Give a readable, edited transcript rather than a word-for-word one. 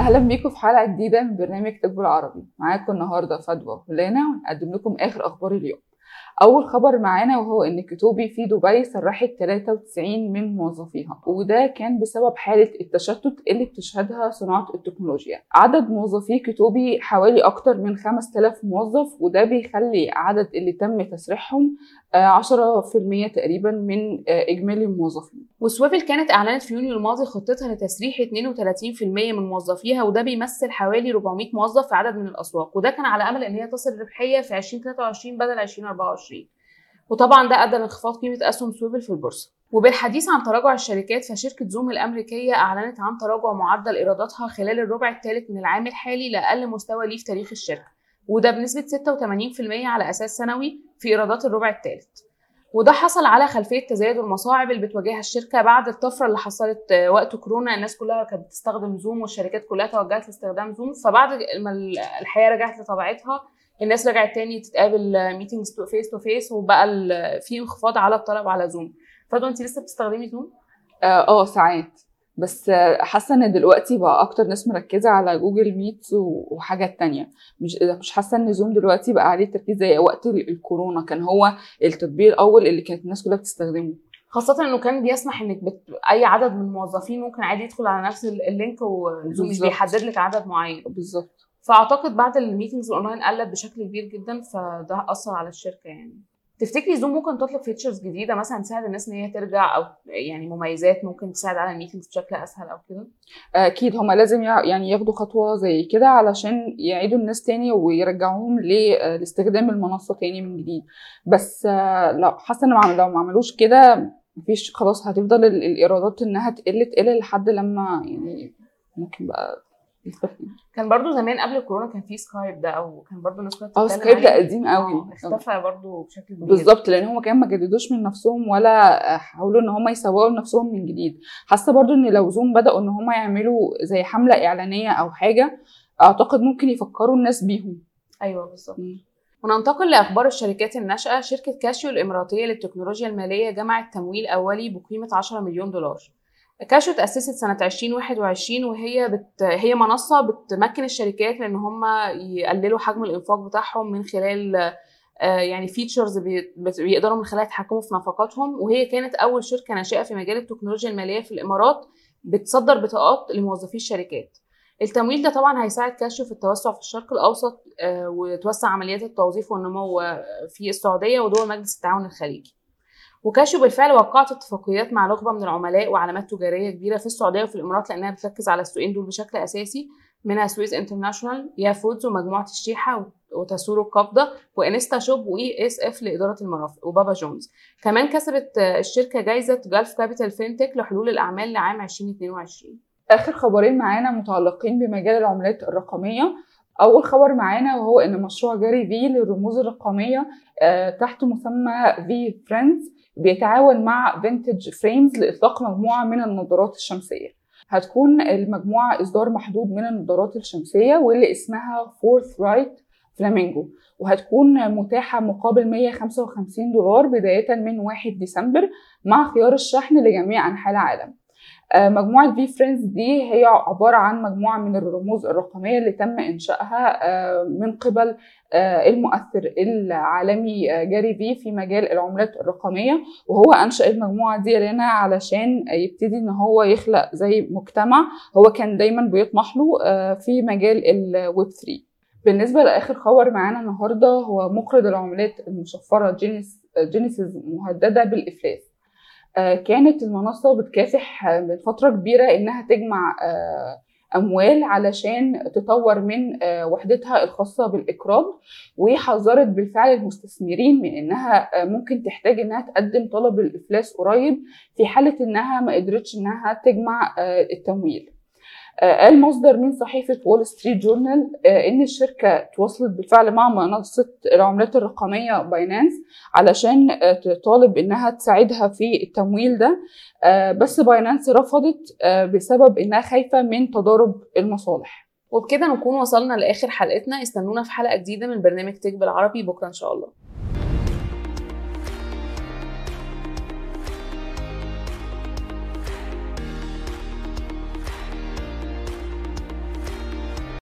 اهلا بيكم في حلقه جديده من برنامج طب العربي. معاكم النهارده فدوى ولانا، ونقدم لكم اخر اخبار اليوم. اول خبر معانا وهو ان كيتوبي في دبي سرحت 93 من موظفيها، وده كان بسبب حاله التشتت اللي بتشهدها صناعه التكنولوجيا. عدد موظفي كيتوبي حوالي اكتر من 5000 موظف، وده بيخلي عدد اللي تم تسريحهم 10% تقريبا من اجمالي الموظفين. وسويفل كانت اعلنت في يونيو الماضي خطتها لتسريح 32% من موظفيها، وده بيمثل حوالي 400 موظف في عدد من الاسواق، وده كان على امل ان هي تصل الربحيه في 2023 بدل 2024. وطبعا ده ادى لانخفاض قيمه اسهم سويفل في البورصه. وبالحديث عن تراجع الشركات، فشركه زوم الامريكيه اعلنت عن تراجع معدل ايراداتها خلال الربع الثالث من العام الحالي لاقل مستوى ليه في تاريخ الشركه، وده بنسبه 86% على اساس سنوي في ايرادات الربع الثالث. وده حصل على خلفيه تزايد المصاعب اللي بتواجهها الشركه بعد الطفره اللي حصلت وقت كورونا. الناس كلها كانت بتستخدم زوم والشركات كلها توجهت لاستخدام زوم، فبعد ما الحياه رجعت لطبيعتها الناس رجعت تاني تتقابل ميتينجز فيس تو فيس، وبقى في انخفاض على الطلب على زوم. فدو انت لسه بتستخدمي زوم؟ ساعات بس. حاسه ان دلوقتي بقى اكتر ناس مركزه على جوجل ميت وحاجات تانية. مش حاسه ان زوم دلوقتي بقى عليه تركيز زي وقت الكورونا كان هو التطبيق الاول اللي كانت الناس كلها بتستخدمه، خاصة انه كان بيسمح انك اي عدد من الموظفين ممكن عادي يدخل على نفس اللينك، وزوم مش بيحدد لك عدد معين. بالظبط. فاعتقد بعد الميتينجز اونلاين قلت بشكل كبير جدا، فده اثر على الشركة. يعني تفتكري زوم ممكن تطلق فيتشرز جديده مثلا تساعد الناس ان هي ترجع، او يعني مميزات ممكن تساعد على الميتينجز بشكل اسهل او كده؟ اكيد هما لازم يعني ياخدوا خطوه زي كده علشان يعيدوا الناس تاني ويرجعوهم لاستخدام المنصه تاني من جديد. بس لو حاسه ان لو ما عملوش كده مفيش، خلاص هتفضل الايرادات انها تقل لحد لما يعني ممكن بقى يختفي. كان برضو زمان قبل الكورونا كان في سكايب ده، او كان برضو الناس كلها بتتكلم عليه. سكايب ده قديم قوي، اختفى برضو بشكل كبير. بالظبط، لان هم كمان ما جددوش من نفسهم ولا حاولوا ان هم يسوقوا لنفسهم من جديد. حاسه برضو ان لو زوم بداوا ان هم يعملوا زي حمله اعلانيه او حاجه، اعتقد ممكن يفكروا الناس بيهم. ايوه بالظبط. وننتقل لاخبار الشركات الناشئه. شركه كاشيو الاماراتيه للتكنولوجيا الماليه جمعت تمويل اولي بقيمه 10 مليون دولار. كاشيو تأسست سنة 2021، وهي هي منصة بتمكن الشركات لأن هم يقللوا حجم الإنفاق بتاعهم من خلال يعني فيتشرز بيقدروا من خلالها يتحكموا في نفقاتهم. وهي كانت أول شركة ناشئة في مجال التكنولوجيا المالية في الإمارات بتصدر بطاقات لموظفي الشركات. التمويل ده طبعا هيساعد كاشيو في التوسع في الشرق الأوسط وتوسع عمليات التوظيف والنمو في السعودية ودول مجلس التعاون الخليجي. وكاشيو بالفعل وقعت اتفاقيات مع نخبه من العملاء وعلامات تجاريه كبيره في السعوديه وفي الامارات، لانها بتركز على السوقين دول بشكل اساسي، منها سويس انترناشونال، يا فودز ومجموعه الشيحه وتسور القبضه وانستا شوب واي اس اف لاداره المرافق وبابا جونز. كمان كسبت الشركه جائزه جلف كابيتال فينتك لحلول الاعمال لعام 2022. اخر خبرين معانا متعلقين بمجال العملات الرقميه. اول خبر معانا وهو ان مشروع جاري في للرموز الرقميه تحت مسمى في فريندز بيتعاون مع فينتج فريمز لاطلاق مجموعه من النظارات الشمسيه. هتكون المجموعه اصدار محدود من النظارات الشمسيه واللي اسمها فورث رايت فلامينجو، وهتكون متاحه مقابل $155 بدايه من 1 ديسمبر مع خيار الشحن لجميع انحاء العالم. مجموعة في فريندز دي هي عبارة عن مجموعة من الرموز الرقمية اللي تم إنشائها من قبل المؤثر العالمي جاري في مجال العملات الرقمية، وهو أنشأ المجموعة دي لنا علشان يبتدي إن هو يخلق زي مجتمع هو كان دايما بيطمح له في مجال الويب 3. بالنسبة لآخر خبر معانا النهاردة هو مقرض العملات المشفرة جينيسيس مهددة بالإفلاس. كانت المنصة بتكافح من فترة كبيرة إنها تجمع أموال علشان تطور من وحدتها الخاصة بالإقراض، وحذرت بالفعل المستثمرين من إنها ممكن تحتاج إنها تقدم طلب للإفلاس قريب في حالة إنها ما قدرتش إنها تجمع التمويل. قال مصدر من صحيفة وول ستريت جورنال إن الشركة تواصلت بالفعل مع منصة العملات الرقمية باينانس علشان تطالب إنها تساعدها في التمويل ده، بس باينانس رفضت بسبب إنها خايفة من تضارب المصالح. وبكده نكون وصلنا لآخر حلقتنا. استنونا في حلقة جديدة من برنامج تك بالعربي بكرة إن شاء الله.